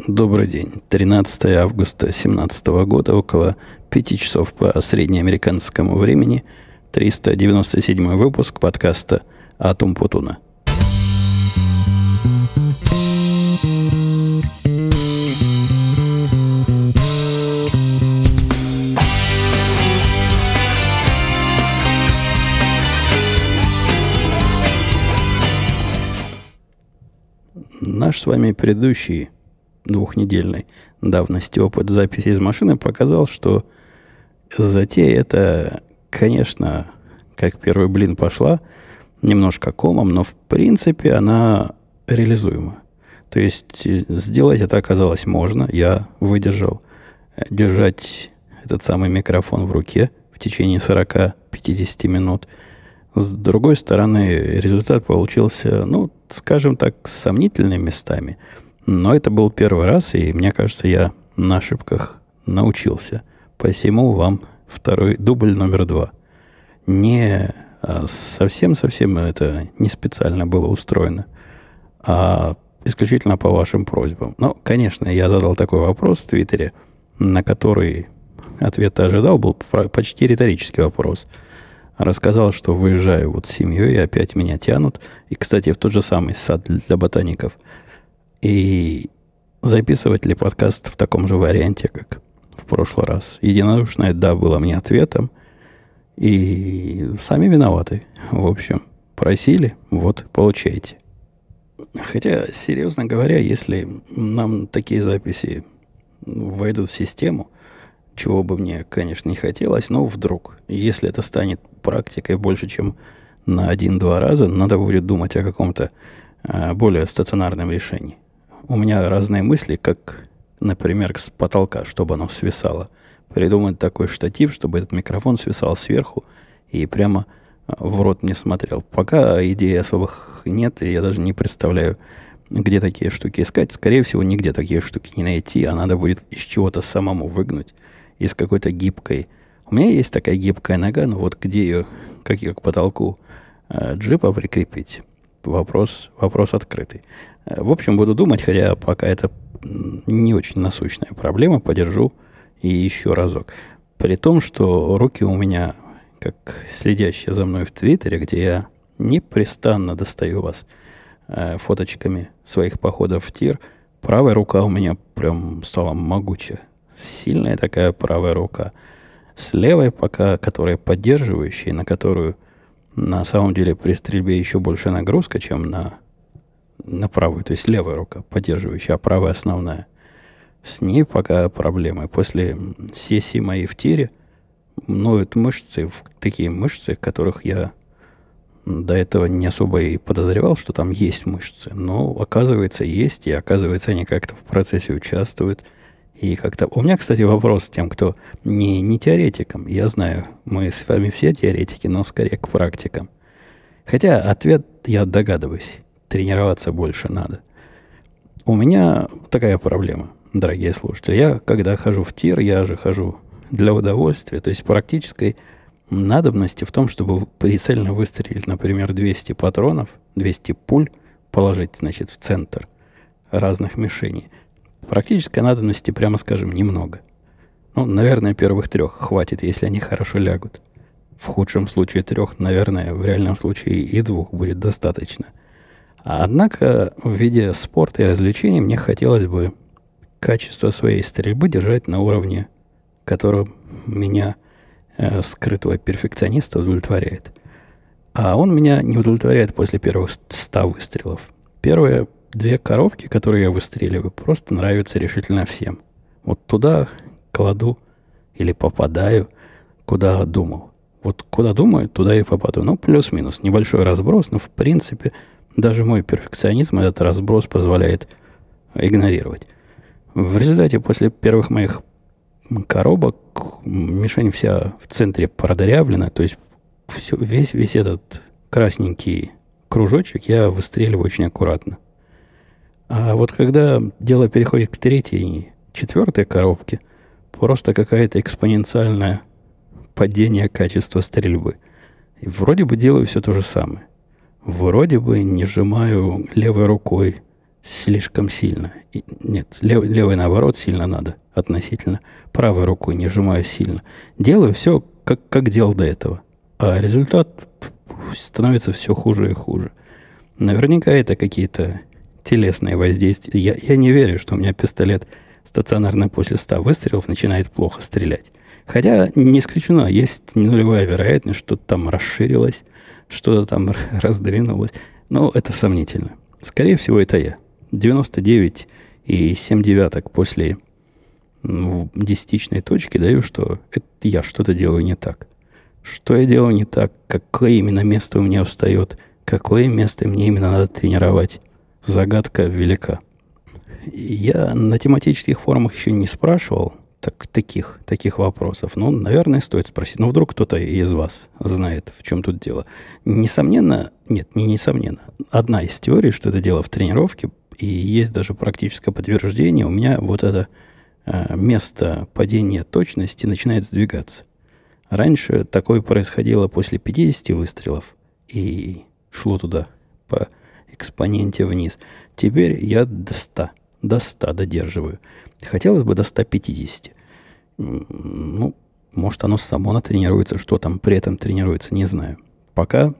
Добрый день. 13 августа 2017 года, около 5 часов по среднеамериканскому времени, 397 выпуск подкаста «Атум Путуна». Наш с вами предыдущий двухнедельной давности опыт записи из машины показал, что затея это, конечно, как первый блин пошла, немножко комом, но в принципе она реализуема. То есть сделать это оказалось можно. Я выдержал держать этот самый микрофон в руке в течение 40-50 минут. С другой стороны, результат получился, скажем так, с сомнительными местами. Но это был первый раз, и мне кажется, я на ошибках научился. Посему вам второй дубль номер 2. Не совсем это не специально было устроено, а исключительно по вашим просьбам. Но, конечно, я задал такой вопрос в Твиттере, на который ответ ожидал, был почти риторический вопрос. Рассказал, что выезжаю с семьей, и опять меня тянут. И, кстати, в тот же самый сад для ботаников. И записывать ли подкаст в таком же варианте, как в прошлый раз? Единодушное «да» было мне ответом. И сами виноваты. В общем, просили, получаете. Хотя, серьезно говоря, если нам такие записи войдут в систему, чего бы мне, конечно, не хотелось, но вдруг, если это станет практикой больше, чем на 1-2 раза, надо будет думать о каком-то более стационарном решении. У меня разные мысли, как, например, с потолка, чтобы оно свисало. Придумать такой штатив, чтобы этот микрофон свисал сверху и прямо в рот не смотрел. Пока идей особых нет, и я даже не представляю, где такие штуки искать. Скорее всего, нигде такие штуки не найти, а надо будет из чего-то самому выгнуть, из какой-то гибкой. У меня есть такая гибкая нога, но где ее, как ее к потолку джипа прикрепить, вопрос открытый. В общем, буду думать, хотя пока это не очень насущная проблема, подержу и еще разок. При том, что руки у меня, как следящие за мной в Твиттере, где я непрестанно достаю вас фоточками своих походов в тир, правая рука у меня прям стала могучая. Сильная такая правая рука. С левой пока, которая поддерживающая, на которую на самом деле при стрельбе еще больше нагрузка, чем на правую. То есть левая рука поддерживающая, а правая основная. С ней пока проблемы. После сессии моей в тире ноют мышцы, такие мышцы, которых я до этого не особо и подозревал, что там есть мышцы. Но оказывается есть, и оказывается они как-то в процессе участвуют. И как-то... У меня, кстати, вопрос тем, кто не теоретикам. Я знаю, мы с вами все теоретики, но скорее к практикам. Хотя ответ, я догадываюсь, тренироваться больше надо. У меня такая проблема, дорогие слушатели. Я, когда хожу в тир, я же хожу для удовольствия. То есть практической надобности в том, чтобы прицельно выстрелить, например, 200 патронов, 200 пуль положить, в центр разных мишеней. Практической надобности, прямо скажем, немного. Наверное, первых 3 хватит, если они хорошо лягут. В худшем случае 3, наверное, в реальном случае и 2 будет достаточно. Однако в виде спорта и развлечений мне хотелось бы качество своей стрельбы держать на уровне, которым меня, скрытого перфекциониста, удовлетворяет. А он меня не удовлетворяет после первых 100 выстрелов. Первые 2 коробки, которые я выстреливаю, просто нравятся решительно всем. Туда кладу или попадаю, куда думал. Куда думаю, туда и попаду. Плюс-минус. Небольшой разброс, но в принципе даже мой перфекционизм этот разброс позволяет игнорировать. В результате после первых моих коробок мишень вся в центре продырявлена, то есть весь этот красненький кружочек я выстреливаю очень аккуратно. А когда дело переходит к 3-й и 4-й коробке, просто какое-то экспоненциальное падение качества стрельбы. И вроде бы делаю все то же самое. Вроде бы не сжимаю левой рукой слишком сильно. Нет, левой наоборот сильно надо относительно. Правой рукой не сжимаю сильно. Делаю все, как делал до этого. А результат становится все хуже и хуже. Наверняка это какие-то телесные воздействия. Я не верю, что у меня пистолет стационарно после 100 выстрелов начинает плохо стрелять. Хотя не исключено, есть нулевая вероятность, что-то там расширилось, что-то там раздвинулось. Но это сомнительно. Скорее всего, это я. 99,7 после десятичной точки даю, что это я что-то делаю не так. Что я делаю не так, какое именно место у меня устает, какое место мне именно надо тренировать. Загадка велика. Я на тематических форумах еще не спрашивал таких вопросов. Ну, наверное, стоит спросить. Но вдруг кто-то из вас знает, в чем тут дело. Несомненно, нет, не несомненно. Одна из теорий, что это дело в тренировке, и есть даже практическое подтверждение, у меня вот это место падения точности начинает сдвигаться. Раньше такое происходило после 50 выстрелов и шло туда по экспоненте вниз. Теперь я до 100 додерживаю. Хотелось бы до 150. Ну, может, оно само натренируется, что там при этом тренируется, не знаю. Пока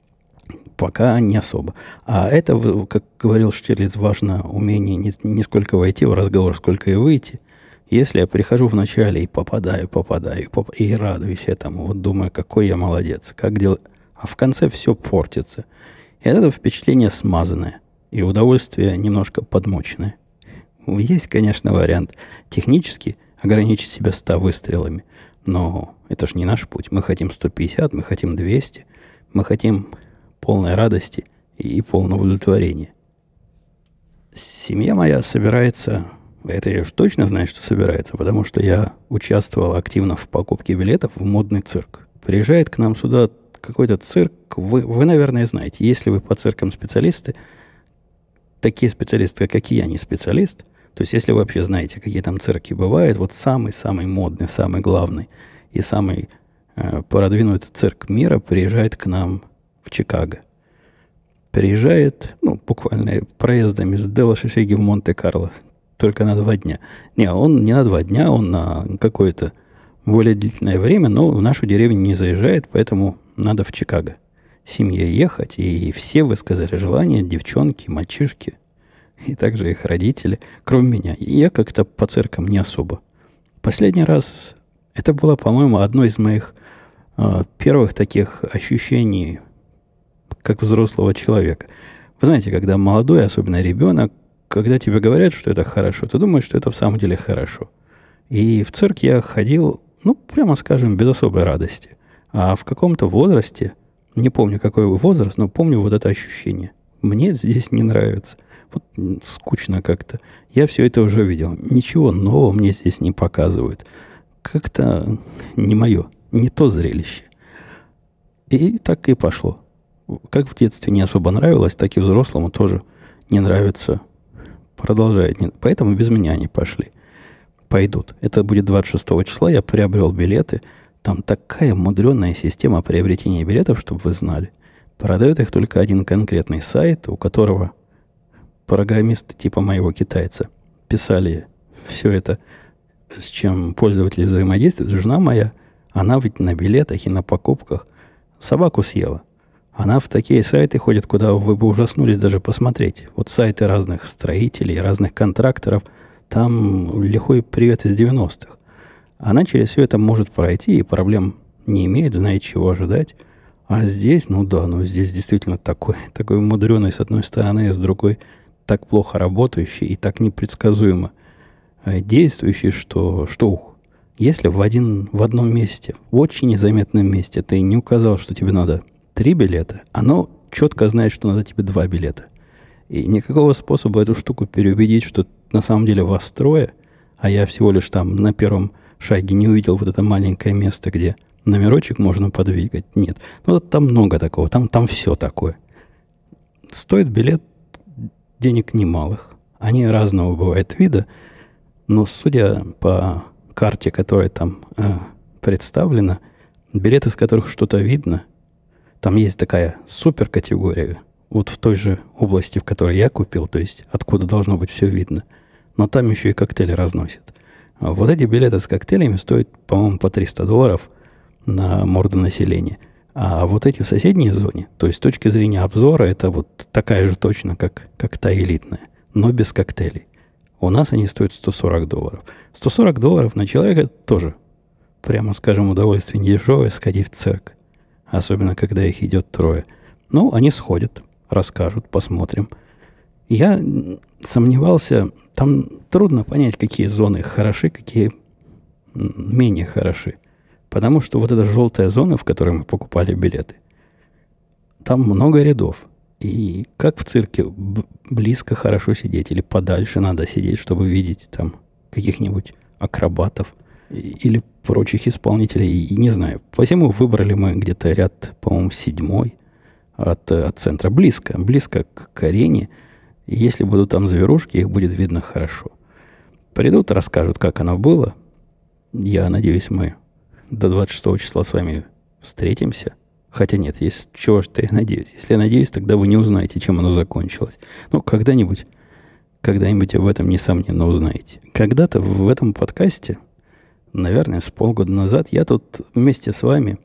не особо. А это, как говорил Штирлиц, важно умение не сколько войти в разговор, сколько и выйти. Если я прихожу в начале и попадаю, и радуюсь этому, вот думаю, какой я молодец, как дела, а в конце все портится. И это впечатление смазанное, и удовольствие немножко подмоченное. Есть, конечно, вариант технически ограничить себя 100 выстрелами, но это ж не наш путь. Мы хотим 150, мы хотим 200, мы хотим полной радости и полного удовлетворения. Семья моя собирается, это я уж точно знаю, что собирается, потому что я участвовал активно в покупке билетов в модный цирк. Приезжает к нам сюда какой-то цирк, вы, наверное, знаете, если вы по циркам специалисты, такие специалисты, как и я, не специалист, то есть если вы вообще знаете, какие там цирки бывают, вот самый-самый модный, самый главный и самый продвинутый цирк мира приезжает к нам в Чикаго. Приезжает, буквально проездом из Делла-Шишиги в Монте-Карло, только на 2 дня. Не, он не на 2 дня, он на какое-то более длительное время, но в нашу деревню не заезжает, поэтому надо в Чикаго семье ехать. И все высказали желание, девчонки, мальчишки, и также их родители, кроме меня. И я как-то по циркам не особо. Последний раз, это было, по-моему, одно из моих первых таких ощущений, как взрослого человека. Вы знаете, когда молодой, особенно ребенок, когда тебе говорят, что это хорошо, ты думаешь, что это в самом деле хорошо. И в цирк я ходил, прямо скажем, без особой радости. А в каком-то возрасте, не помню, какой возраст, но помню вот это ощущение. Мне здесь не нравится. Вот скучно как-то. Я все это уже видел. Ничего нового мне здесь не показывают. Как-то не мое, не то зрелище. И так и пошло. Как в детстве не особо нравилось, так и взрослому тоже не нравится. Продолжает. Поэтому без меня они пошли. Пойдут. Это будет 26 числа. Я приобрел билеты. Там такая мудреная система приобретения билетов, чтобы вы знали. Продает их только один конкретный сайт, у которого программисты типа моего китайца писали все это, с чем пользователи взаимодействуют. Жена моя, она ведь на билетах и на покупках собаку съела. Она в такие сайты ходит, куда вы бы ужаснулись даже посмотреть. Вот сайты разных строителей, разных контракторов. Там лихой привет из 90-х. Она через все это может пройти и проблем не имеет, знает, чего ожидать. А здесь, здесь действительно такой мудреный с одной стороны, а с другой так плохо работающий и так непредсказуемо действующий, что если в одном месте, в очень незаметном месте ты не указал, что тебе надо 3 билета, оно четко знает, что надо тебе 2 билета. И никакого способа эту штуку переубедить, что на самом деле вас 3, а я всего лишь там на первом шаге не увидел вот это маленькое место, где номерочек можно подвигать. Нет. Там много такого, там все такое. Стоит билет денег немалых. Они разного бывают вида, но судя по карте, которая там представлена, билеты, с которых что-то видно, там есть такая суперкатегория, вот в той же области, в которой я купил, то есть откуда должно быть все видно. Но там еще и коктейли разносят. А вот эти билеты с коктейлями стоят, по-моему, по $300 на морду населения. А вот эти в соседней зоне, то есть с точки зрения обзора, это вот такая же точно, как та элитная, но без коктейлей. У нас они стоят $140. $140 на человека тоже, прямо скажем, удовольствие недешевое сходить в цирк. Особенно, когда их идет трое. Ну, они сходят, расскажут, посмотрим. Я сомневался, там трудно понять, какие зоны хороши, какие менее хороши. Потому что вот эта желтая зона, в которой мы покупали билеты, там много рядов. И как в цирке, близко хорошо сидеть или подальше надо сидеть, чтобы видеть там каких-нибудь акробатов или прочих исполнителей. И не знаю. Посему выбрали мы где-то ряд, по-моему, 7 от центра. Близко к арене. И если будут там зверушки, их будет видно хорошо. Придут, расскажут, как оно было. Я надеюсь, мы до 26 числа с вами встретимся. Хотя нет, чего-то я надеюсь. Если я надеюсь, тогда вы не узнаете, чем оно закончилось. Ну, когда-нибудь об этом, несомненно, узнаете. Когда-то в этом подкасте, наверное, с полгода назад, я тут вместе с вами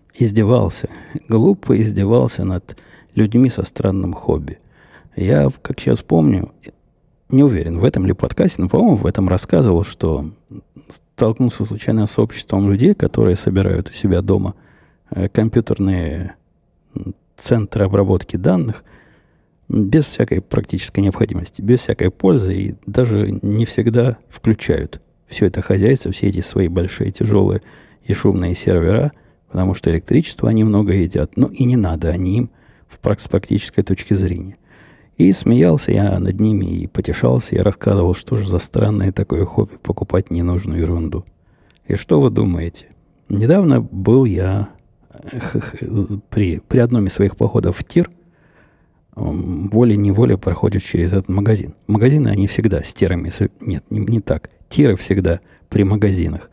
глупо издевался над людьми со странным хобби. Я, как сейчас помню, не уверен, в этом ли подкасте, но, по-моему, в этом рассказывал, что столкнулся случайно с обществом людей, которые собирают у себя дома компьютерные центры обработки данных без всякой практической необходимости, без всякой пользы, и даже не всегда включают все это хозяйство, все эти свои большие, тяжелые и шумные сервера, потому что электричество они много едят. Ну и не надо они им с практической точки зрения. И смеялся я над ними, и потешался, и рассказывал, что же за странное такое хобби покупать ненужную ерунду. И что вы думаете? Недавно был я при одном из своих походов в тир, волей-неволей проходишь через этот магазин. Магазины, они всегда с тирами. Нет, не так. Тиры всегда при магазинах.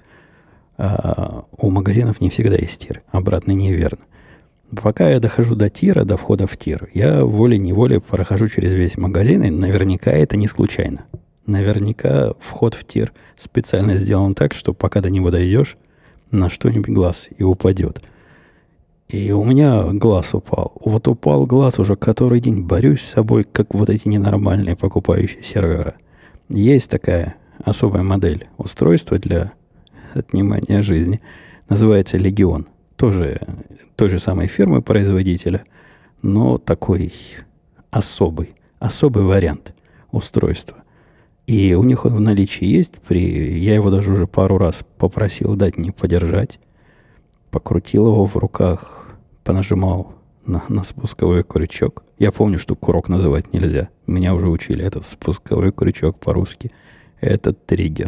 А у магазинов не всегда есть тир. Обратно неверно. Пока я дохожу до тира, до входа в тир, я волей-неволей прохожу через весь магазин, и наверняка это не случайно. Наверняка вход в тир специально сделан так, что пока до него дойдешь, на что-нибудь глаз и упадет. И у меня глаз упал. Вот упал глаз, уже который день борюсь с собой, как вот эти ненормальные покупающие сервера. Есть такая особая модель устройства для отнимания жизни. Называется «Легион». Тоже той же самой фирмы производителя, но такой особый вариант устройства. И у них он в наличии есть. Я его даже уже пару раз попросил дать мне подержать. Покрутил его в руках, понажимал на спусковой крючок. Я помню, что курок называть нельзя. Меня уже учили. Это спусковой крючок по-русски. Это триггер.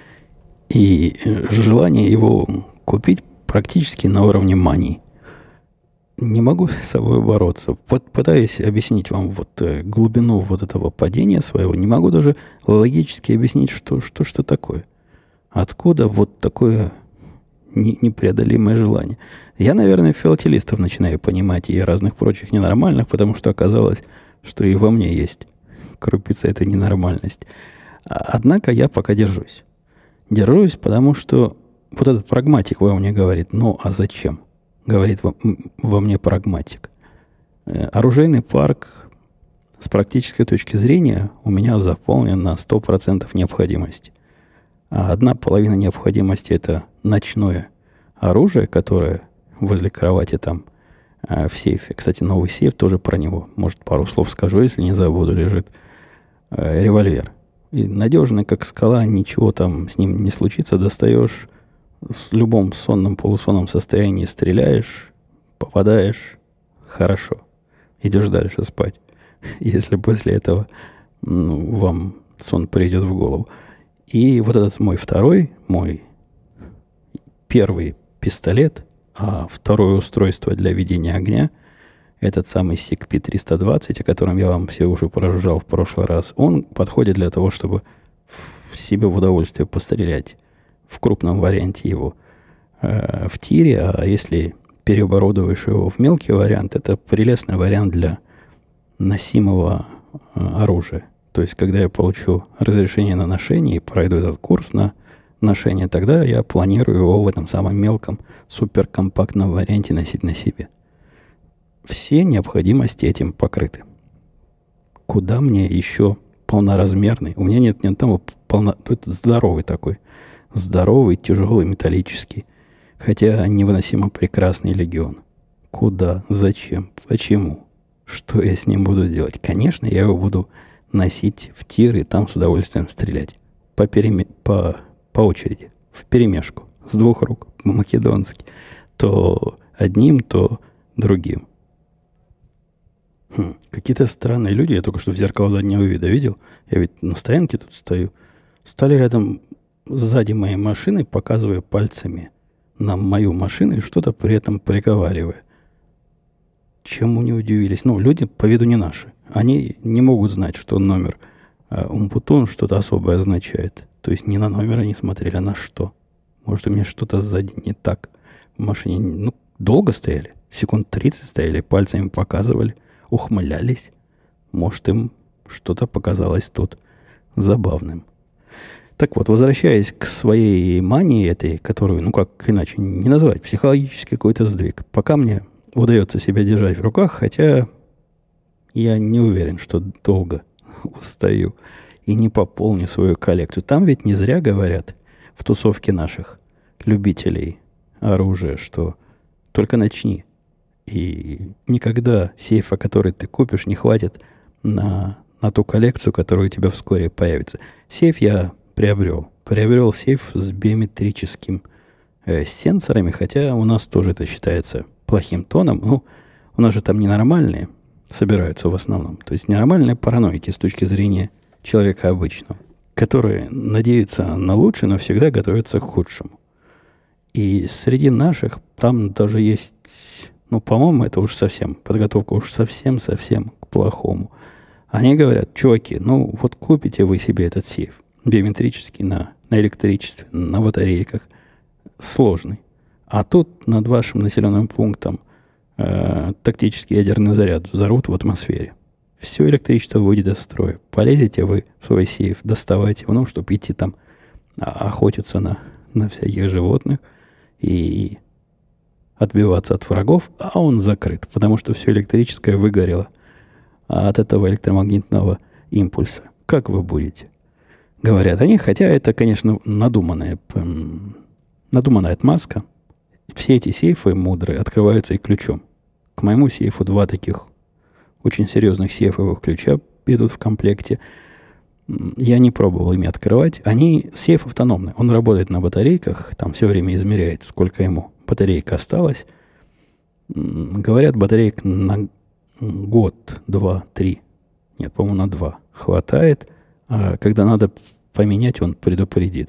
И желание его купить практически на уровне мании. Не могу с собой бороться. Пытаюсь объяснить вам глубину вот этого падения своего. Не могу даже логически объяснить, что такое. Откуда вот такое непреодолимое желание. Я, наверное, филателистов начинаю понимать и разных прочих ненормальных, потому что оказалось, что и во мне есть крупица этой ненормальности. Однако я пока держусь. Держусь, потому что вот этот прагматик во мне говорит, ну а зачем? Говорит во мне прагматик. Оружейный парк с практической точки зрения у меня заполнен на 100% необходимости. А одна половина необходимости – это ночное оружие, которое возле кровати там в сейфе. Кстати, новый сейф, тоже про него. Может, пару слов скажу, если не забуду, лежит револьвер. И надежный, как скала, ничего там с ним не случится. Достаешь в любом сонном, полусонном состоянии, стреляешь, попадаешь, хорошо. Идешь дальше спать. Если после этого вам сон придет в голову. И вот этот мой первый пистолет, а второе устройство для ведения огня, этот самый SIG-P320, о котором я вам все уже прожужжал в прошлый раз, он подходит для того, чтобы себе в удовольствие пострелять в крупном варианте его в тире, а если переоборудуешь его в мелкий вариант, это прелестный вариант для носимого оружия. То есть, когда я получу разрешение на ношение и пройду этот курс на ношение, тогда я планирую его в этом самом мелком, суперкомпактном варианте носить на себе. Все необходимости этим покрыты. Куда мне еще полноразмерный? У меня нет ни одного это здоровый такой. Здоровый, тяжелый, металлический. Хотя невыносимо прекрасный легион. Куда? Зачем? Почему? Что я с ним буду делать? Конечно, я его буду носить в тир и там с удовольствием стрелять. По очереди. Вперемешку. С двух рук. По-македонски. То одним, то другим. Какие-то странные люди. Я только что в зеркало заднего вида видел. Я ведь на стоянке тут стою. Стали рядом сзади моей машины, показывая пальцами на мою машину и что-то при этом приговаривая. Чему не удивились? Ну, люди по виду не наши. Они не могут знать, что номер Умпутун что-то особое означает. То есть не на номер они смотрели, а на что. Может, у меня что-то сзади не так. В машине, ну, долго стояли. Секунд 30 стояли, пальцами показывали, ухмылялись. Может, им что-то показалось тут забавным. Так вот, возвращаясь к своей мании этой, которую, ну как иначе не назвать, психологический какой-то сдвиг. Пока мне удается себя держать в руках, хотя я не уверен, что долго устаю и не пополню свою коллекцию. Там ведь не зря говорят в тусовке наших любителей оружия, что только начни. И никогда сейфа, который ты купишь, не хватит на ту коллекцию, которая у тебя вскоре появится. Сейф я приобрел. Приобрел сейф с биометрическим сенсорами, хотя у нас тоже это считается плохим тоном. Ну, у нас же там ненормальные собираются в основном. То есть ненормальные параноики с точки зрения человека обычного, которые надеются на лучшее, но всегда готовятся к худшему. И среди наших там даже есть, ну, по-моему, это уж совсем, подготовка уж совсем-совсем к плохому. Они говорят: чуваки, ну, вот купите вы себе этот сейф биометрический на электричестве, на батарейках, сложный. А тут над вашим населенным пунктом тактический ядерный заряд взорвут в атмосфере. Все электричество выйдет из строя. Полезете вы в свой сейф, доставайте его, ну, чтобы идти там охотиться на всяких животных и отбиваться от врагов, а он закрыт, потому что все электрическое выгорело от этого электромагнитного импульса. Как вы будете? Говорят они, хотя это, конечно, надуманная отмазка. Все эти сейфы мудрые открываются и ключом. К моему сейфу 2 таких очень серьезных сейфовых ключа идут в комплекте. Я не пробовал ими открывать. Сейф автономный. Он работает на батарейках. Там все время измеряет, сколько ему батарейка осталась. Говорят, батареек на год, 2, 3. Нет, по-моему, на 2 хватает. А когда надо поменять, он предупредит.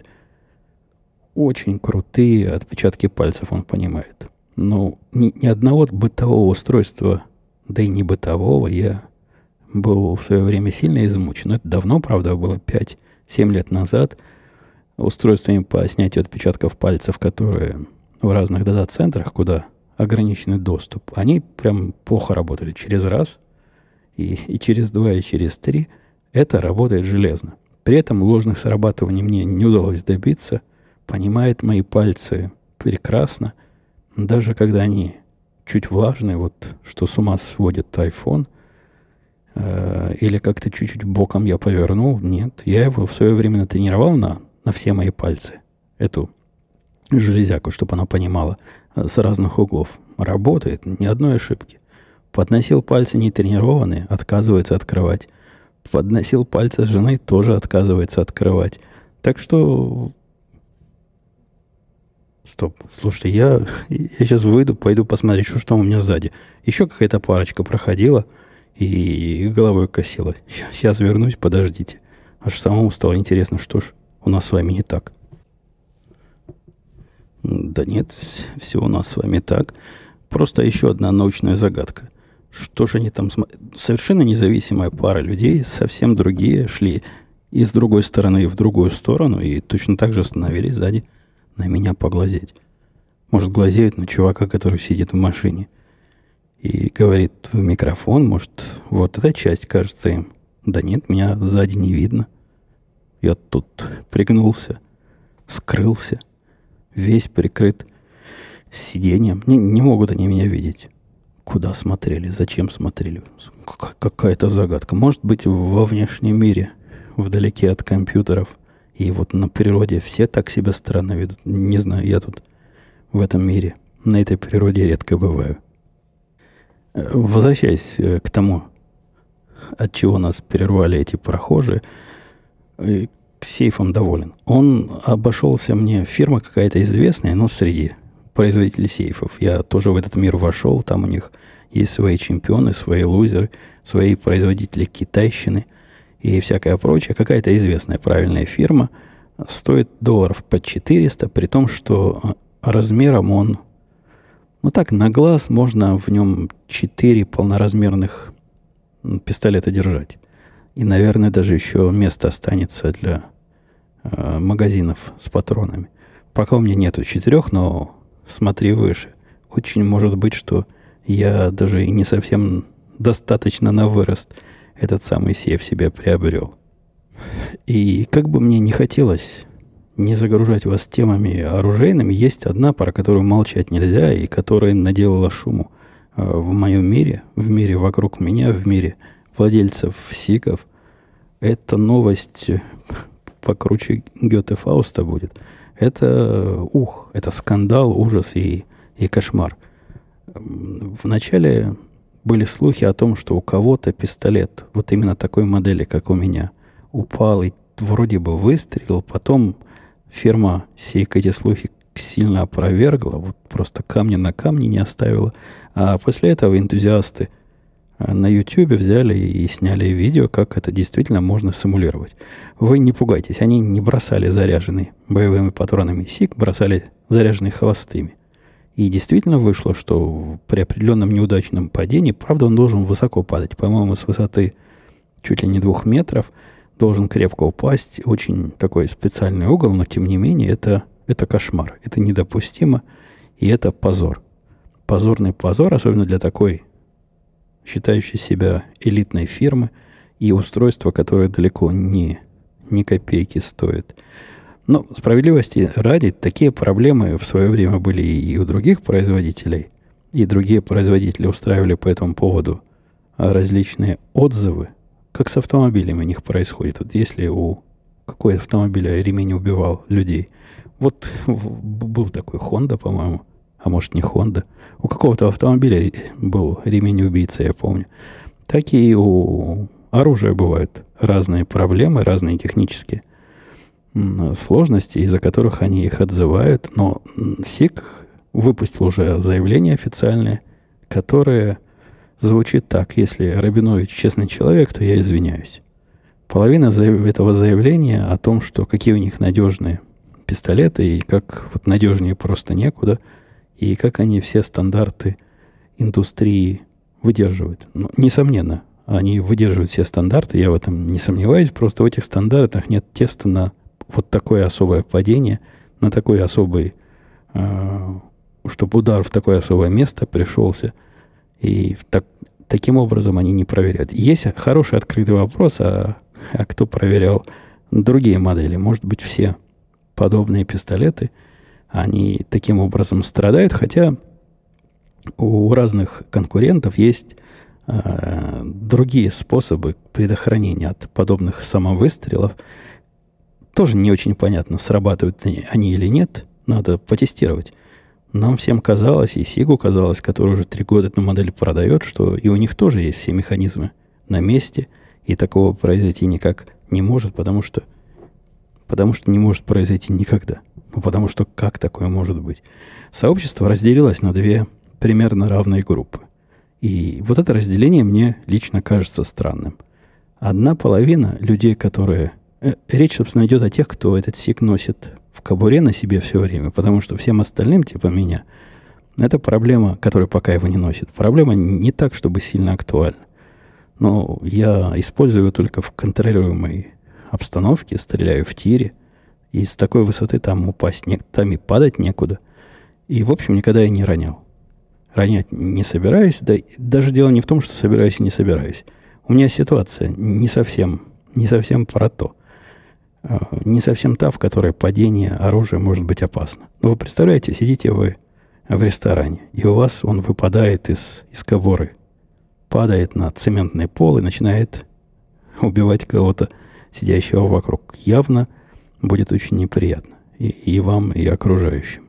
Очень крутые отпечатки пальцев он понимает. Но ни одного бытового устройства, да и не бытового, я был в свое время сильно измучен. Это давно, правда, было 5-7 лет назад. Устройствами по снятию отпечатков пальцев, которые в разных дата-центрах, куда ограниченный доступ, они прям плохо работали через раз, и через 2, и через 3. Это работает железно. При этом ложных срабатываний мне не удалось добиться. Понимает мои пальцы прекрасно. Даже когда они чуть влажные, вот что с ума сводит iPhone, или как-то чуть-чуть боком я повернул, нет. Я его в свое время натренировал на все мои пальцы. Эту железяку, чтобы она понимала с разных углов. Работает, ни одной ошибки. Подносил пальцы нетренированные, отказывается открывать. Подносил пальцы жены, тоже отказывается открывать. Так что... Стоп. Слушайте, я сейчас выйду, пойду посмотреть, что там у меня сзади. Еще какая-то парочка проходила и головой косила. Сейчас вернусь, подождите. Аж самому стало интересно, что ж у нас с вами не так. Да нет, все у нас с вами так. Просто еще одна научная загадка. Что же они там... Совершенно независимая пара людей, совсем другие, шли и с другой стороны в другую сторону, и точно так же остановились сзади на меня поглазеть. Может, глазеют на чувака, который сидит в машине. и говорит в микрофон, может, вот эта часть кажется им. Да нет, меня сзади не видно. Я тут пригнулся, скрылся, весь прикрыт сиденьем. Не могут они меня видеть. Куда смотрели, зачем смотрели? Какая-то загадка. Может быть, во внешнем мире, вдалеке от компьютеров, и вот на природе все так себя странно ведут. Не знаю, я тут в этом мире, на этой природе редко бываю. Возвращаясь к тому, от чего нас прервали эти прохожие, к сейфам доволен. Он обошелся мне, фирма какая-то известная, но среди производителей сейфов. Я тоже в этот мир вошел, там у них есть свои чемпионы, свои лузеры, свои производители китайщины и всякое прочее. Какая-то известная правильная фирма стоит долларов по 400, при том, что размером он, ну так, на глаз можно в нем 4 полноразмерных пистолета держать. И, наверное, даже еще место останется для магазинов с патронами. Пока у меня нету 4, но смотри выше. Очень может быть, что я даже и не совсем достаточно на вырост этот самый сейф себе приобрел. И как бы мне не хотелось не загружать вас темами оружейными, есть одна, про которую молчать нельзя, и которая наделала шуму в моем мире, в мире вокруг меня, в мире владельцев СИГов. Эта новость покруче Гёте Фауста будет. Это скандал, ужас и кошмар. Вначале были слухи о том, что у кого-то пистолет, вот именно такой модели, как у меня, упал и вроде бы выстрелил. Потом фирма Сейк эти слухи сильно опровергла, вот просто камня на камне не оставила. А после этого энтузиасты на YouTube взяли и сняли видео, как это действительно можно симулировать. Вы не пугайтесь, они не бросали заряженные боевыми патронами СИГ, бросали заряженные холостыми. И действительно вышло, что при определенном неудачном падении, правда, он должен высоко падать, по-моему, с высоты чуть ли не 2 метров, должен крепко упасть, очень такой специальный угол, но тем не менее это кошмар, это недопустимо, и это позор. Позорный позор, особенно для такой считающей себя элитной фирмы и устройства, которое далеко не копейки стоит. Но справедливости ради, такие проблемы в свое время были и у других производителей, и другие производители устраивали по этому поводу различные отзывы, как с автомобилями у них происходит. Вот если у какой автомобиля ремень убивал людей, вот был такой Honda, по-моему, а может не Honda, у какого-то автомобиля был ремень-убийца, я помню. Так и у оружия бывают разные проблемы, разные технические сложности, из-за которых они их отзывают. Но СИГ выпустил уже заявление официальное, которое звучит так: если Рабинович честный человек, то я извиняюсь. Половина этого заявления о том, что какие у них надежные пистолеты, и как вот надежнее просто некуда, и как они все стандарты индустрии выдерживают. Ну, несомненно, они выдерживают все стандарты, я в этом не сомневаюсь, просто в этих стандартах нет теста на вот такое особое падение, на такой особый, чтобы удар в такое особое место пришелся. И таким образом они не проверяют. Есть хороший открытый вопрос, а кто проверял другие модели? Может быть, все подобные пистолеты, они таким образом страдают, хотя у разных конкурентов есть другие способы предохранения от подобных самовыстрелов. Тоже не очень понятно, срабатывают они или нет. Надо потестировать. Нам всем казалось, и Сигу казалось, который уже 3 года эту модель продает, что и у них тоже есть все механизмы на месте, и такого произойти никак не может, потому что не может произойти никогда. Ну, потому что как такое может быть? Сообщество разделилось на 2 примерно равные группы. И вот это разделение мне лично кажется странным. Одна половина людей, которые... Речь, собственно, идет о тех, кто этот СИГ носит в кобуре на себе все время, потому что всем остальным, типа меня, это проблема, которая пока его не носит. Проблема не так, чтобы сильно актуальна. Но я использую его только в контролируемой обстановке, стреляю в тире, и с такой высоты там упасть, там и падать некуда. И, в общем, никогда я не ронял. ронять не собираюсь. Да, даже дело не в том, что собираюсь и не собираюсь. У меня ситуация не совсем про то. Не совсем та, в которой падение оружия может быть опасно. Но вы представляете, сидите вы в ресторане, и у вас он выпадает из кобуры, падает на цементный пол и начинает убивать кого-то, сидящего вокруг. Явно будет очень неприятно. И вам, и окружающим.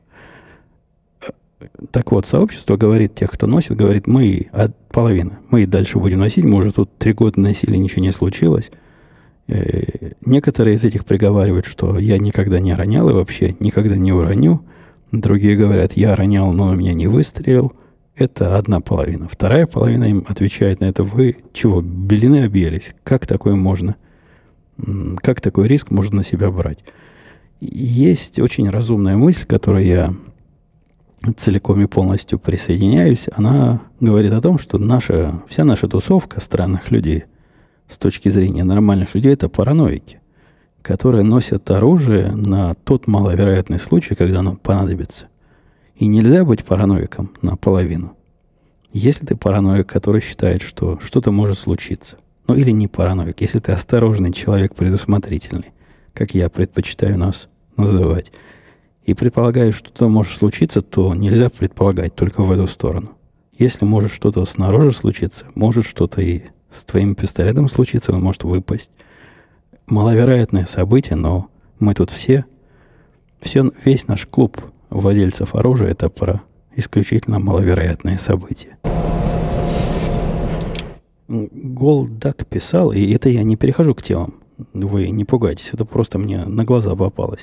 Так вот, сообщество говорит, тех, кто носит, говорит, половина, мы и дальше будем носить, мы уже тут 3 года носили, ничего не случилось. Некоторые из этих приговаривают, что я никогда не ронял и вообще никогда не уроню. Другие говорят, я ронял, но у меня не выстрелил. Это одна половина. Вторая половина им отвечает на это, вы чего, белины объелись? Как такое можно? Как такой риск можно на себя брать? Есть очень разумная мысль, к которой я целиком и полностью присоединяюсь. Она говорит о том, что вся наша тусовка странных людей, с точки зрения нормальных людей, это параноики, которые носят оружие на тот маловероятный случай, когда оно понадобится. И нельзя быть параноиком наполовину. Если ты параноик, который считает, что что-то может случиться, ну или не параноик, если ты осторожный человек, предусмотрительный, как я предпочитаю нас называть, и предполагаешь, что что-то может случиться, то нельзя предполагать только в эту сторону. Если может что-то снаружи случиться, может что-то и с твоим пистолетом случиться, он может выпасть. Маловероятное событие, но мы тут весь наш клуб владельцев оружия, это про исключительно маловероятные события. Голдак писал, и это я не перехожу к темам, вы не пугайтесь, это просто мне на глаза попалось.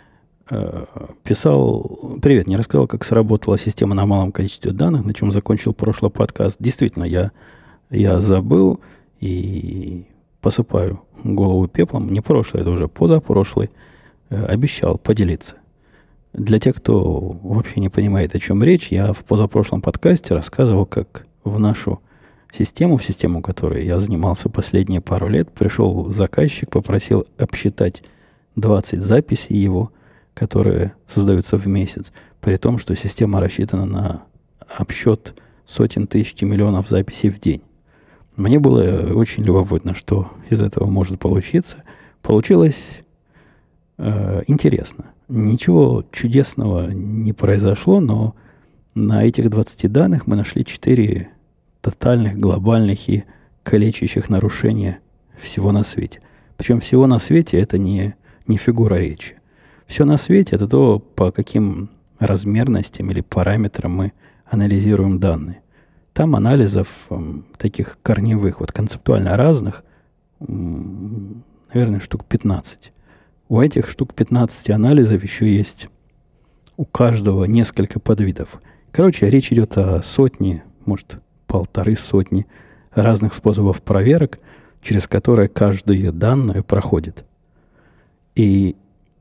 Писал, привет, не рассказал, как сработала система на малом количестве данных, на чем закончил прошлый подкаст. Действительно, я забыл и посыпаю голову пеплом. Не прошлый, это уже позапрошлый. Обещал поделиться. Для тех, кто вообще не понимает, о чем речь, я в позапрошлом подкасте рассказывал, как в нашу систему, которой я занимался последние пару лет, пришел заказчик, попросил обсчитать 20 записей его, которые создаются в месяц, при том, что система рассчитана на обсчет сотен тысяч и миллионов записей в день. Мне было очень любопытно, что из этого может получиться. Получилось интересно. Ничего чудесного не произошло, но на этих 20 данных мы нашли 4 тотальных, глобальных и калечащих нарушения всего на свете. Причем всего на свете это не фигура речи. Все на свете это то, по каким размерностям или параметрам мы анализируем данные. Там анализов таких корневых, вот концептуально разных, наверное, штук 15. У этих штук 15 анализов еще есть у каждого несколько подвидов. Короче, речь идет о сотне, может, 1,5 разных способов проверок, через которые каждое данное проходит. И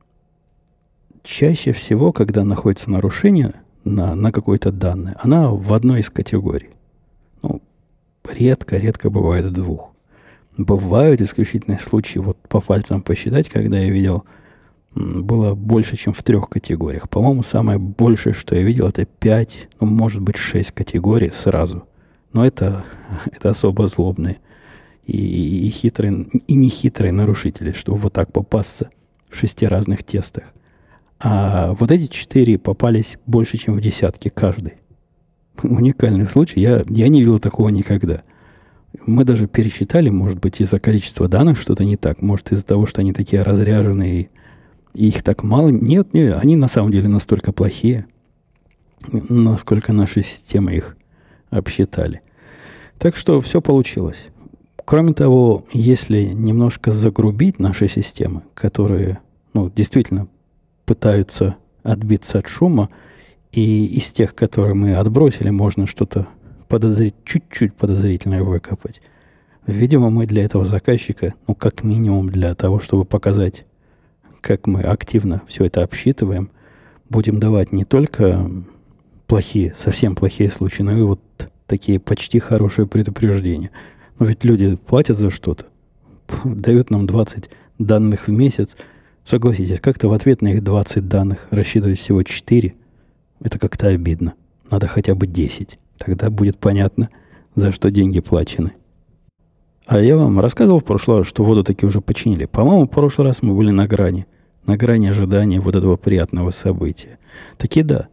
чаще всего, когда находится нарушение на какое-то данное, она в одной из категорий. Ну, редко бывает 2. Бывают исключительные случаи, вот по пальцам посчитать, когда я видел, было больше, чем в 3 категориях. По-моему, самое большее, что я видел, это 5, ну, может быть, 6 категорий сразу. Но это особо злобные и хитрые, и нехитрые нарушители, чтобы вот так попасться в 6 разных тестах. А вот эти 4 попались больше, чем в десятке каждый. Уникальный случай. Я не видел такого никогда. Мы даже пересчитали, может быть, из-за количества данных что-то не так. Может, из-за того, что они такие разряженные, и их так мало. Нет, они на самом деле настолько плохие, насколько наша система их обсчитали. Так что все получилось. Кроме того, если немножко загрубить наши системы, которые, действительно пытаются отбиться от шума, и из тех, которые мы отбросили, можно что-то чуть-чуть подозрительное выкопать. Видимо, мы для этого заказчика, как минимум для того, чтобы показать, как мы активно все это обсчитываем, будем давать не только плохие, совсем плохие случаи, но и вот такие почти хорошие предупреждения. Но ведь люди платят за что-то, дают нам 20 данных в месяц. Согласитесь, как-то в ответ на их 20 данных рассчитывать всего 4, это как-то обидно. Надо хотя бы 10. Тогда будет понятно, за что деньги плачены. А я вам рассказывал в прошлый раз, что воду таки уже починили. По-моему, в прошлый раз мы были на грани ожидания вот этого приятного события. Таки да,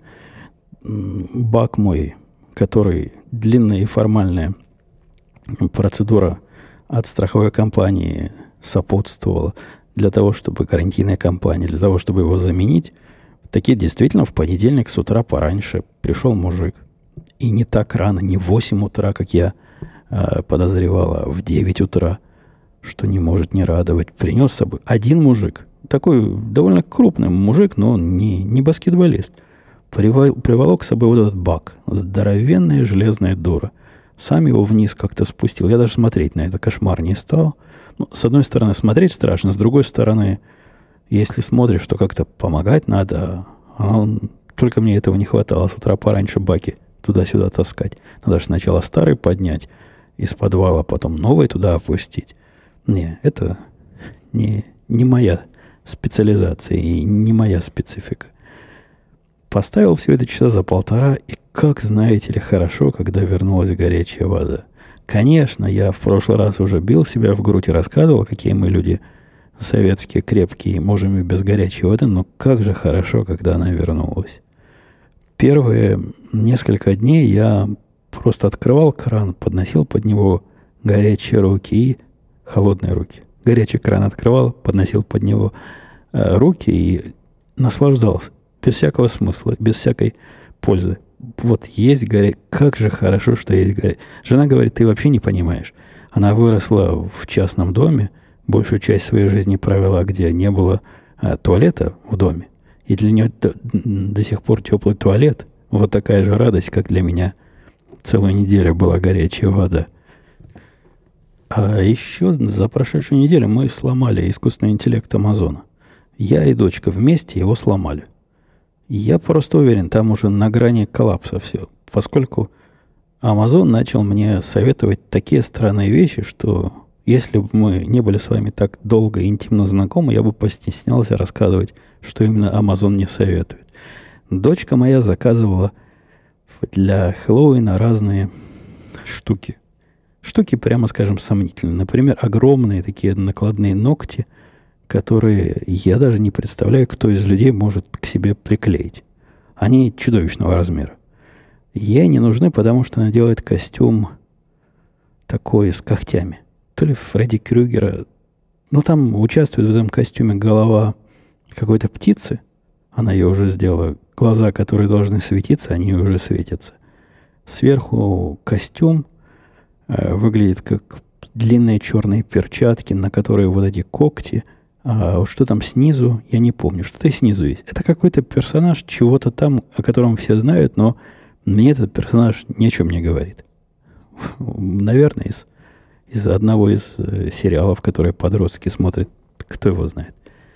бак мой, который длинная и формальная процедура от страховой компании сопутствовала для того, чтобы гарантийная компания, для того, чтобы его заменить, таки действительно в понедельник с утра пораньше пришел мужик. И не так рано, не в 8 утра, как я подозревала, а в 9 утра, что не может не радовать. Принес с собой один мужик, такой довольно крупный мужик, но он не баскетболист. Приволок с собой вот этот бак. Здоровенная железная дура. Сам его вниз как-то спустил. Я даже смотреть на это кошмар не стал. Ну, с одной стороны, смотреть страшно, с другой стороны, если смотришь, то как-то помогать надо. Только мне этого не хватало с утра пораньше баки туда-сюда таскать. Надо же сначала старый поднять из подвала, потом новый туда опустить. Не, это не моя специализация и не моя специфика. Поставил все это часа за полтора, и как, знаете ли, хорошо, когда вернулась горячая вода. Конечно, я в прошлый раз уже бил себя в грудь и рассказывал, какие мы люди советские, крепкие, можем и без горячей воды, но как же хорошо, когда она вернулась. Первые несколько дней я просто открывал кран, подносил под него горячие руки и холодные руки. Горячий кран открывал, подносил под него руки и наслаждался. Без всякого смысла, без всякой пользы. Вот есть как же хорошо, что есть горячая. Жена говорит, ты вообще не понимаешь. Она выросла в частном доме, большую часть своей жизни провела, где не было туалета в доме. И для нее до сих пор теплый туалет. Вот такая же радость, как для меня. Целую неделю была горячая вода. А еще за прошедшую неделю мы сломали искусственный интеллект Амазона. Я и дочка вместе его сломали. Я просто уверен, там уже на грани коллапса все. Поскольку Amazon начал мне советовать такие странные вещи, что если бы мы не были с вами так долго и интимно знакомы, я бы постеснялся рассказывать, что именно Amazon мне советует. Дочка моя заказывала для Хэллоуина разные штуки. Штуки, прямо скажем, сомнительные. Например, огромные такие накладные ногти, которые я даже не представляю, кто из людей может к себе приклеить. Они чудовищного размера. Ей не нужны, потому что она делает костюм такой с когтями. То ли Фредди Крюгера. Ну, там участвует в этом костюме голова какой-то птицы. Она ее уже сделала. Глаза, которые должны светиться, они уже светятся. Сверху костюм выглядит как длинные черные перчатки, на которые вот эти когти. А что там снизу, я не помню. Что-то и снизу есть. Это какой-то персонаж чего-то там, о котором все знают, но мне этот персонаж ни о чем не говорит. Наверное, из одного из сериалов, которые подростки смотрят, кто его знает.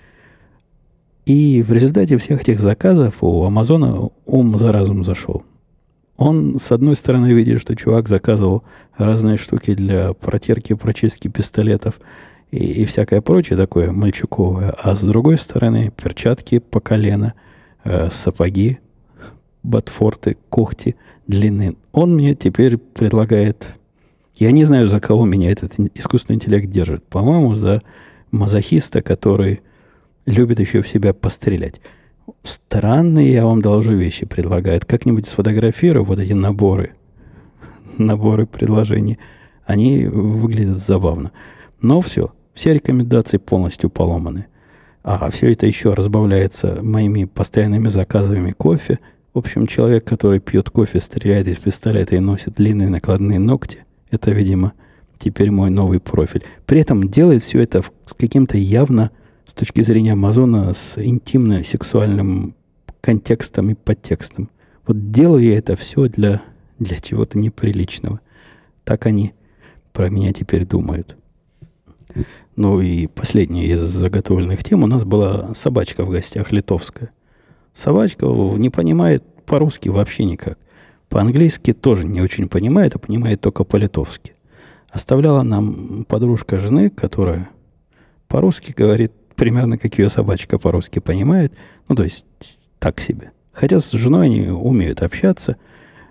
И в результате всех этих заказов у Амазона ум за разум зашел. Он, с одной стороны, видит, что чувак заказывал разные штуки для протирки, прочистки пистолетов и всякое прочее такое мальчуковое. А с другой стороны, перчатки по колено, сапоги, ботфорты, когти длинные. Он мне теперь предлагает... Я не знаю, за кого меня этот искусственный интеллект держит. По-моему, за мазохиста, который любит еще в себя пострелять. Странные, я вам должу, вещи предлагает. Как-нибудь сфотографирую вот эти наборы предложений. Они выглядят забавно. Но все рекомендации полностью поломаны. А все это еще разбавляется моими постоянными заказами кофе. В общем, человек, который пьет кофе, стреляет из пистолета и носит длинные накладные ногти, это, видимо, теперь мой новый профиль. При этом делает все это с каким-то явно, с точки зрения Амазона, с интимно-сексуальным контекстом и подтекстом. Вот делаю я это все для чего-то неприличного. Так они про меня теперь думают. Ну и последняя из заготовленных тем. У нас была собачка в гостях, литовская. Собачка не понимает по-русски вообще никак. По-английски тоже не очень понимает, а понимает только по-литовски. Оставляла нам подружка жены, которая по-русски говорит примерно, как ее собачка по-русски понимает. Ну, то есть, так себе. Хотя с женой они умеют общаться.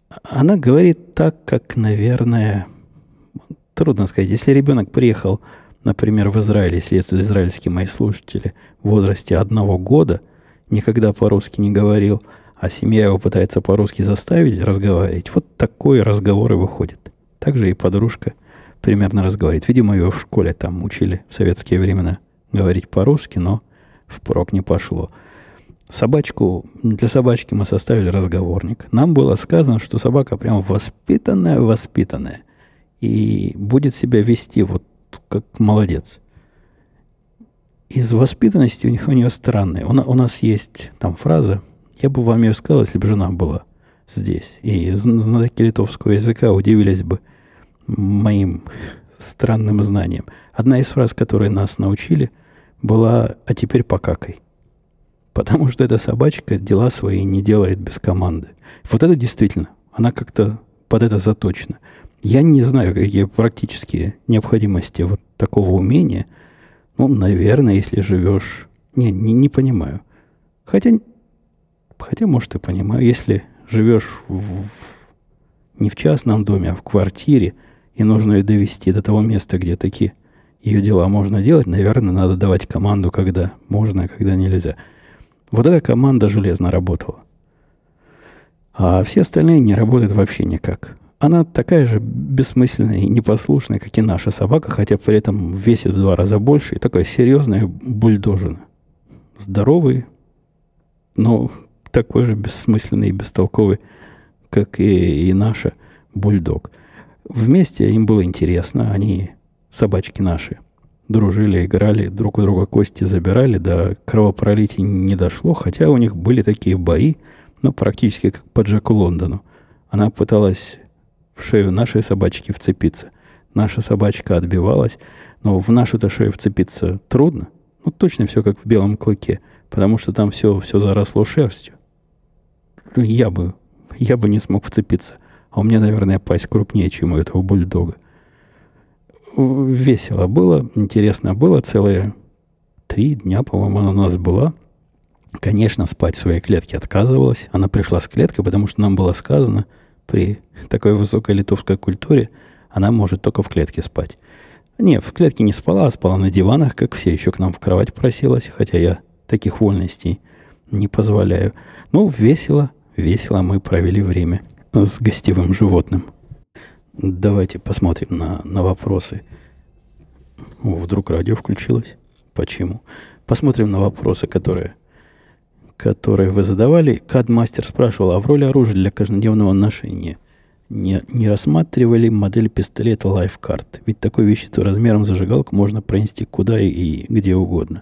Она говорит так, как, наверное, трудно сказать. Если ребенок приехал, например, в Израиль, если это израильские мои слушатели, в возрасте 1 года, никогда по-русски не говорил, а семья его пытается по-русски заставить разговаривать, вот такой разговор и выходит. Также и подружка примерно разговаривает. Видимо, ее в школе там учили в советские времена говорить по-русски, но впрок не пошло. Для собачки мы составили разговорник. Нам было сказано, что собака прям воспитанная. И будет себя вести вот как молодец. Из воспитанности у нее странная. У нас есть там фраза, я бы вам ее сказал, если бы жена была здесь. И знатоки литовского языка удивились бы моим странным знанием. Одна из фраз, которые нас научили, была «а теперь покакай». Потому что эта собачка дела свои не делает без команды. Вот это действительно, она как-то под это заточена. Я не знаю, какие практические необходимости вот такого умения. Ну, наверное, если живешь... Не понимаю. Хотя, может, и понимаю. Если живешь не в частном доме, а в квартире, и нужно ее довести до того места, где такие ее дела можно делать, наверное, надо давать команду, когда можно, а когда нельзя. Вот эта команда железно работала. А все остальные не работают вообще никак. Она такая же бессмысленная и непослушная, как и наша собака, хотя при этом весит в 2 раза больше и такая серьезная бульдожина. Здоровый, но такой же бессмысленный и бестолковый, как и наша бульдог. Вместе им было интересно, они, собачки наши, дружили, играли, друг у друга кости забирали, до кровопролития не дошло, хотя у них были такие бои, но практически как по Джеку Лондону. Она пыталась в шею нашей собачки вцепиться. Наша собачка отбивалась, но в нашу-то шею вцепиться трудно. Ну, точно все как в белом клыке, потому что там все заросло шерстью. Я бы не смог вцепиться. А у меня, наверное, пасть крупнее, чем у этого бульдога. Весело было, интересно было. Целые 3 дня, по-моему, она у нас была. Конечно, спать в своей клетке отказывалась. Она пришла с клеткой, потому что нам было сказано, при такой высокой литовской культуре она может только в клетке спать. Не, в клетке не спала, а спала на диванах, как все. Еще к нам в кровать просилась, хотя я таких вольностей не позволяю. Ну, весело мы провели время с гостевым животным. Давайте посмотрим на вопросы. Вдруг радио включилось? Почему? Посмотрим на вопросы, которые вы задавали. Кадмастер спрашивал, а в роли оружия для каждодневного ношения не рассматривали модель пистолета Lifeguard? Ведь такое вещество размером зажигалку можно пронести куда и где угодно.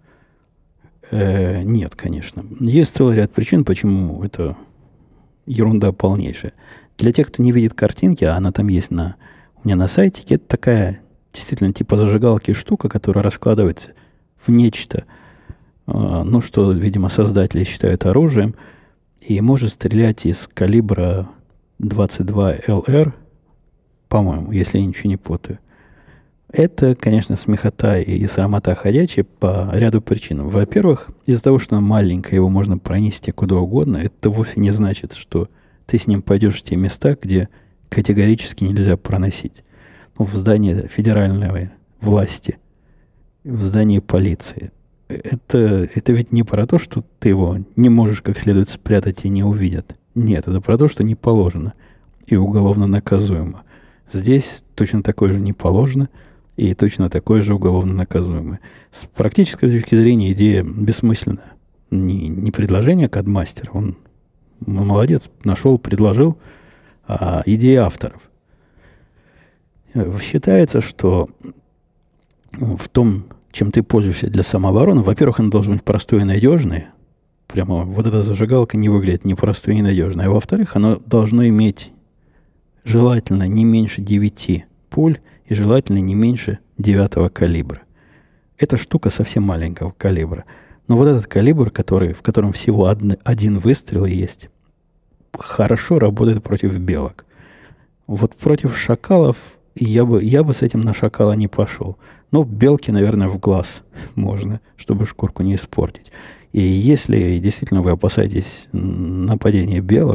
Нет, конечно. Есть целый ряд причин, почему это ерунда полнейшая. Для тех, кто не видит картинки, а она там есть у меня на сайте, это такая действительно типа зажигалки штука, которая раскладывается в нечто, что, видимо, создатели считают оружием, и может стрелять из калибра 22 ЛР, по-моему, если я ничего не путаю. Это, конечно, смехота и срамота ходячая по ряду причин. Во-первых, из-за того, что он маленький, его можно пронести куда угодно, это вовсе не значит, что ты с ним пойдешь в те места, где категорически нельзя проносить. В здании федеральной власти, в здании полиции. Это ведь не про то, что ты его не можешь как следует спрятать и не увидят. Нет, это про то, что не положено и уголовно наказуемо. Здесь точно такое же не положено и точно такое же уголовно наказуемое. С практической точки зрения идея бессмысленная. Не предложение Кадмастера, он молодец, нашел, предложил, а идея авторов. Считается, что в том, чем ты пользуешься для самообороны, во-первых, оно должно быть простое и надежное. Прямо вот эта зажигалка не выглядит ни простой, ни надежной. А во-вторых, оно должно иметь желательно не меньше 9 пуль и желательно не меньше 9 калибра. Эта штука совсем маленького калибра. Но вот этот калибр, в котором всего один выстрел есть, хорошо работает против белок. Вот против шакалов я бы с этим на шакала не пошел. Но белки, наверное, в глаз можно, чтобы шкурку не испортить. И если действительно вы опасаетесь нападения белок,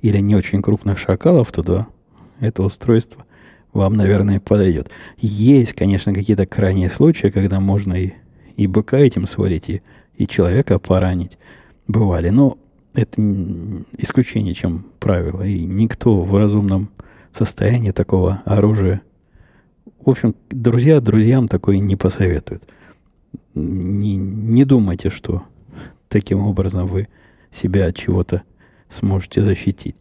или не очень крупных шакалов туда, это устройство вам, наверное, подойдет. Есть, конечно, какие-то крайние случаи, когда можно и быка этим свалить, и человека поранить. Бывали, но это исключение, чем правило. И никто в разумном состоянии такого оружия... В общем, друзья друзьям такое не посоветуют. Не думайте, что таким образом вы себя от чего-то сможете защитить.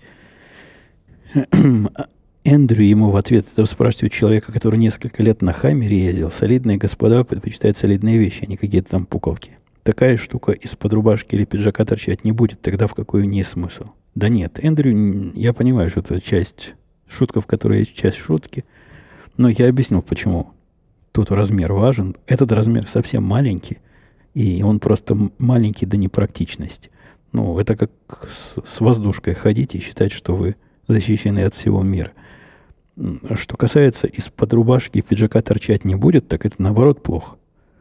Эндрю ему в ответ это спрашивает человека, который несколько лет на Хаммере ездил. Солидные господа предпочитают солидные вещи, а не какие-то там пуколки. Такая штука из-под рубашки или пиджака торчать не будет, тогда в какой у ней смысл? Да нет, Эндрю, я понимаю, что это часть шутка, в которой есть часть шутки, но я объяснил, почему. Тут размер важен. Этот размер совсем маленький, и он просто маленький до непрактичности. Ну, это как с воздушкой ходить и считать, что вы защищены от всего мира. Что касается из-под рубашки и пиджака торчать не будет, так это наоборот плохо.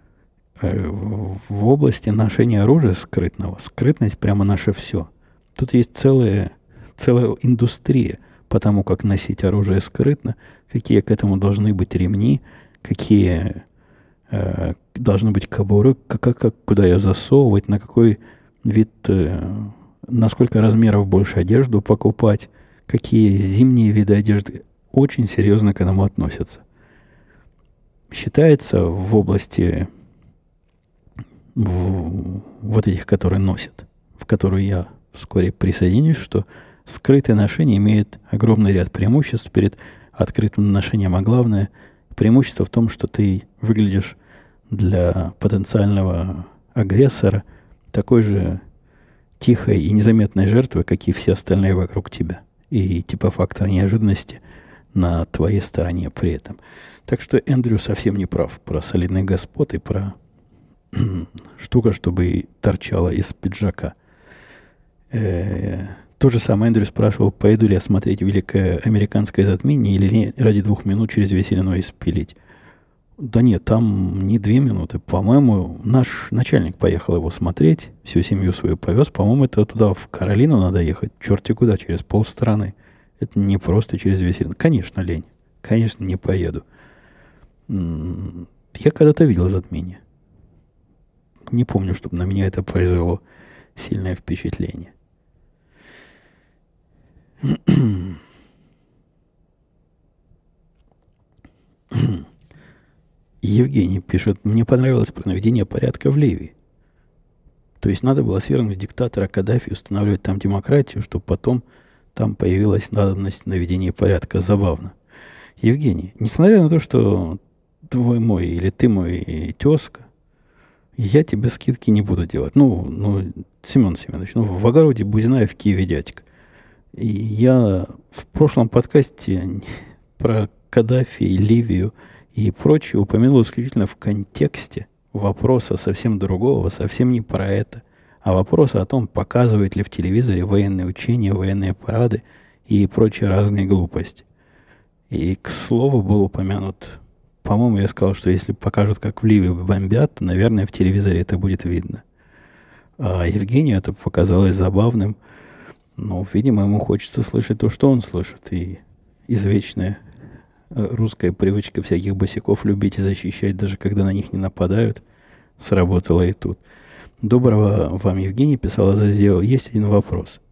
В области ношения оружия скрытного, скрытность прямо наше все. Тут есть целая индустрия по тому, как носить оружие скрытно, какие к этому должны быть ремни, какие должны быть кобуры, куда ее засовывать, на какой вид, на сколько размеров больше одежду покупать, какие зимние виды одежды. Очень серьезно к этому относятся. Считается в области вот этих, которые носят, в которую я вскоре присоединюсь, что скрытое ношение имеет огромный ряд преимуществ перед открытым ношением, а главное преимущество в том, что ты выглядишь для потенциального агрессора такой же тихой и незаметной жертвой, как и все остальные вокруг тебя. И типа фактор неожиданности на твоей стороне при этом. Так что Эндрю совсем не прав про солидных господ и про штука, чтобы торчала из пиджака. То же самое Эндрю спрашивал, пойду ли я смотреть «Великое американское затмение» или ради 2 минут через весь Иллинойс пилить. Да нет, там не 2 минуты. По-моему, наш начальник поехал его смотреть, всю семью свою повез. По-моему, это туда, в Каролину надо ехать, черти куда, через полстраны. Это не просто через весь Иллинойс. Конечно, лень. Конечно, не поеду. Я когда-то видел затмение. Не помню, чтобы на меня это произвело сильное впечатление. Евгений пишет, мне понравилось про наведение порядка в Ливии. То есть надо было свергнуть диктатора Каддафи, устанавливать там демократию, чтобы потом там появилась надобность наведения порядка. Забавно. Евгений, несмотря на то, что твой мой или ты мой тезка, я тебе скидки не буду делать. Ну, Семен Семенович, в огороде Бузина и в Киеве дядька. И я в прошлом подкасте про Каддафи, Ливию и прочее упомянул исключительно в контексте вопроса совсем другого, совсем не про это, а вопроса о том, показывают ли в телевизоре военные учения, военные парады и прочие разные глупости. И, к слову, был упомянут, по-моему, я сказал, что если покажут, как в Ливии бомбят, то, наверное, в телевизоре это будет видно. А Евгению это показалось забавным. Но, видимо, ему хочется слышать то, что он слышит. И извечная русская привычка всяких босиков любить и защищать, даже когда на них не нападают, сработала и тут. Доброго вам, Евгений, писала Зазео. Есть один вопрос.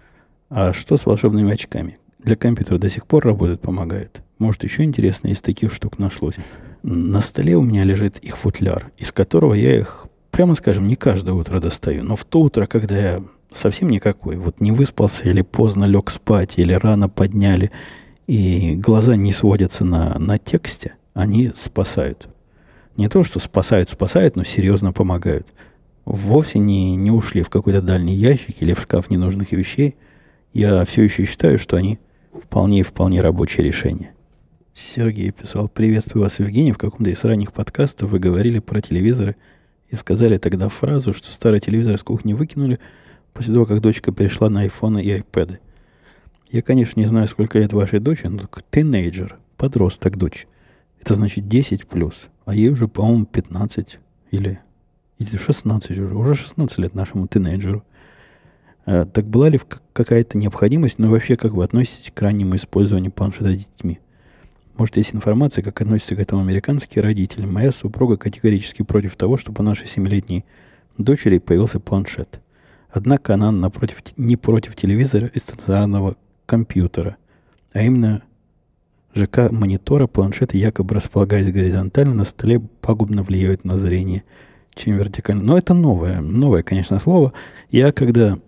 А что с волшебными очками? Для компьютера до сих пор работают, помогают? Может, еще интересно из таких штук нашлось? На столе у меня лежит их футляр, из которого я их, прямо скажем, не каждое утро достаю. Но в то утро, когда я совсем никакой, вот не выспался или поздно лег спать, или рано подняли, и глаза не сводятся на тексте, они спасают. Не то, что спасают, но серьезно помогают. Вовсе не ушли в какой-то дальний ящик или в шкаф ненужных вещей. Я все еще считаю, что они вполне рабочее решение. Сергей писал, приветствую вас, Евгений, в каком-то из ранних подкастов вы говорили про телевизоры и сказали тогда фразу, что старый телевизор с кухни выкинули после того, как дочка перешла на айфоны и айпэды. Я, конечно, не знаю, сколько лет вашей дочери, но тинейджер, подросток дочь. Это значит 10 плюс, а ей уже, по-моему, 15 или 16 уже 16 лет нашему тинейджеру. Так была ли какая-то необходимость, ну вообще как вы относитесь к раннему использованию планшета детьми? Может, есть информация, как относятся к этому американские родители? Моя супруга категорически против того, чтобы у нашей 7-летней дочери появился планшет. Однако она не против телевизора и стационарного компьютера, а именно ЖК-монитора. Планшеты, якобы располагаясь горизонтально на столе, пагубно влияют на зрение, чем вертикально. Но это новое, конечно, слово. Я когда...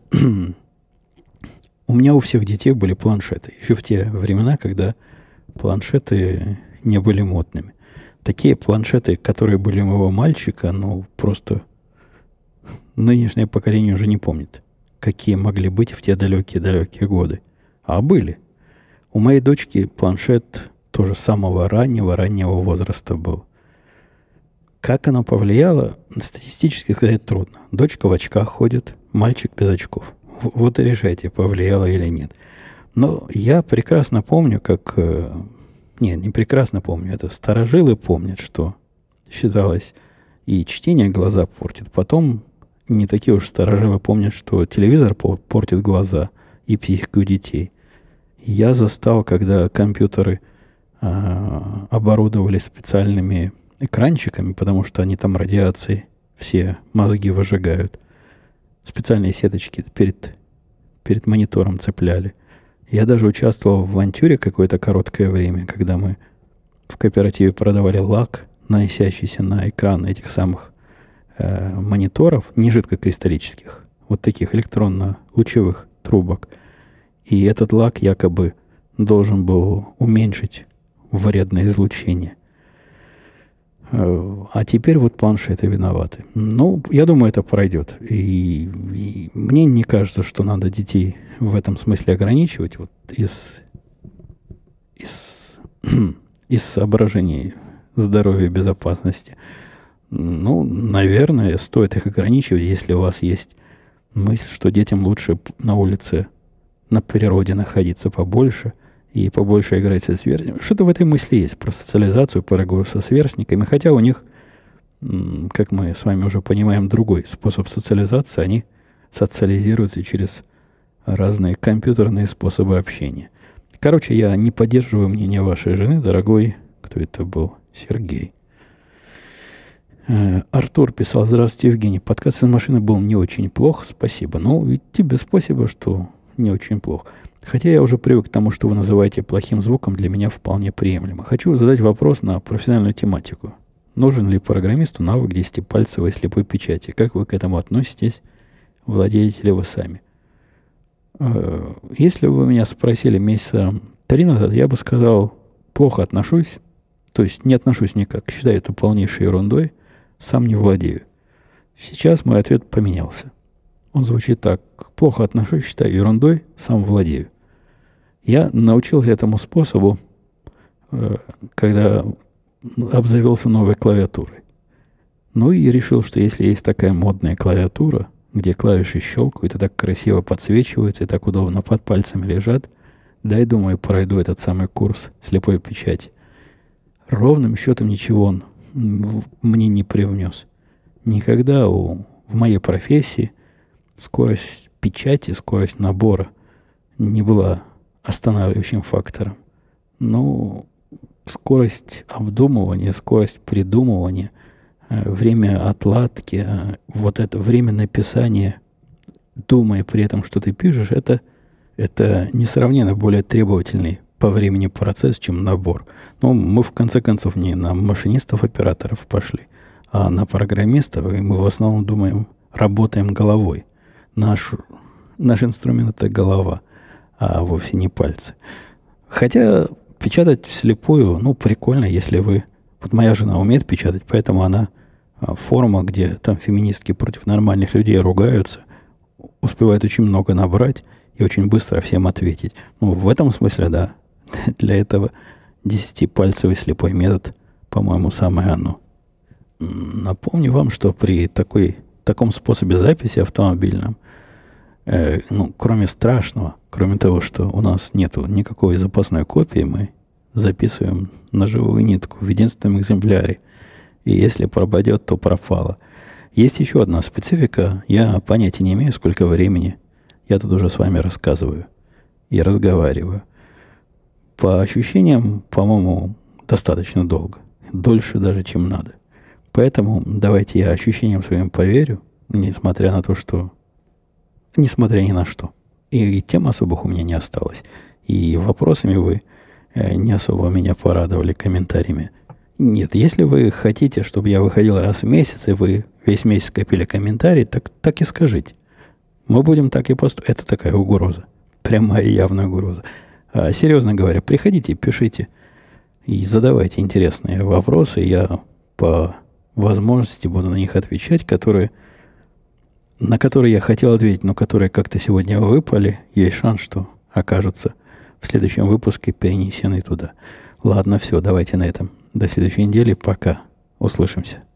У меня у всех детей были планшеты. Еще в те времена, когда планшеты не были модными. Такие планшеты, которые были у моего мальчика, ну, просто нынешнее поколение уже не помнит, какие могли быть в те далекие-далекие годы. А были. У моей дочки планшет тоже самого раннего возраста был. Как оно повлияло, статистически сказать трудно. Дочка в очках ходит, мальчик без очков. Вот и решайте, повлияло или нет. Но я прекрасно помню, как... не прекрасно помню. Это старожилы помнят, что считалось и чтение глаза портит. Потом не такие уж старожилы помнят, что телевизор портит глаза и психику детей. Я застал, когда компьютеры оборудовали специальными экранчиками, потому что они там радиацией все мозги выжигают. Специальные сеточки перед монитором цепляли. Я даже участвовал в авантюре какое-то короткое время, когда мы в кооперативе продавали лак, наносящийся на экран этих самых мониторов, не жидкокристаллических, вот таких электронно-лучевых трубок. И этот лак якобы должен был уменьшить вредное излучение. А теперь вот планшеты виноваты. Ну, я думаю, это пройдет. И мне не кажется, что надо детей в этом смысле ограничивать вот из соображений здоровья и безопасности. Ну, наверное, стоит их ограничивать, если у вас есть мысль, что детям лучше на улице, на природе находиться побольше и побольше играть со сверстниками. Что-то в этой мысли есть про социализацию, про игру со сверстниками. Хотя у них, как мы с вами уже понимаем, другой способ социализации. Они социализируются через разные компьютерные способы общения. Короче, я не поддерживаю мнение вашей жены, дорогой, кто это был, Сергей. Артур писал: здравствуйте, Евгений. Подкаст из машины был не очень плох, спасибо. Ну, и тебе спасибо, что не очень плохо. Хотя я уже привык к тому, что вы называете плохим звуком, для меня вполне приемлемо. Хочу задать вопрос на профессиональную тематику. Нужен ли программисту навык 10-пальцевой слепой печати? Как вы к этому относитесь? Владеете ли вы сами? Если бы вы меня спросили месяца 3 назад, я бы сказал, плохо отношусь. То есть не отношусь никак. Считаю это полнейшей ерундой. Сам не владею. Сейчас мой ответ поменялся. Он звучит так. Плохо отношусь, считаю ерундой, сам владею. Я научился этому способу, когда обзавелся новой клавиатурой. Ну и решил, что если есть такая модная клавиатура, где клавиши щелкают и так красиво подсвечиваются, и так удобно под пальцами лежат, дай, думаю, пройду этот самый курс слепой печати. Ровным счетом ничего он мне не привнес. Никогда в моей профессии скорость печати, скорость набора не была останавливающим фактором. Но скорость обдумывания, скорость придумывания, время отладки, вот это время написания, думая при этом, что ты пишешь, это несравненно более требовательный по времени процесс, чем набор. Но мы, в конце концов, не на машинистов-операторов пошли, а на программистов, и мы в основном думаем, работаем головой. Наш инструмент – это голова, а вовсе не пальцы. Хотя печатать вслепую, ну, прикольно, если вы... Вот моя жена умеет печатать, поэтому она форума, где там феминистки против нормальных людей ругаются, успевает очень много набрать и очень быстро всем ответить. Ну, в этом смысле, да. Для этого 10-пальцевый слепой метод, по-моему, самое оно. Напомню вам, что при таком способе записи автомобильном, кроме страшного, кроме того, что у нас нету никакой запасной копии, мы записываем на живую нитку в единственном экземпляре. И если пропадет, то пропало. Есть еще одна специфика. Я понятия не имею, сколько времени Я тут уже с вами рассказываю и разговариваю. По ощущениям, по-моему, достаточно долго. Дольше даже, чем надо. Поэтому давайте я ощущениям своим поверю, несмотря на то, что... Несмотря ни на что. И тем особых у меня не осталось. И вопросами вы не особо меня порадовали, комментариями. Нет, если вы хотите, чтобы я выходил раз в месяц, и вы весь месяц копили комментарии, так и скажите. Мы будем так и поступать. Это такая угроза. Прямая и явная угроза. А серьезно говоря, приходите, пишите и задавайте интересные вопросы. Я по возможности буду на них отвечать, на которые я хотел ответить, но которые как-то сегодня выпали. Есть шанс, что окажутся в следующем выпуске перенесены туда. Ладно, все, давайте на этом. До следующей недели. Пока. Услышимся.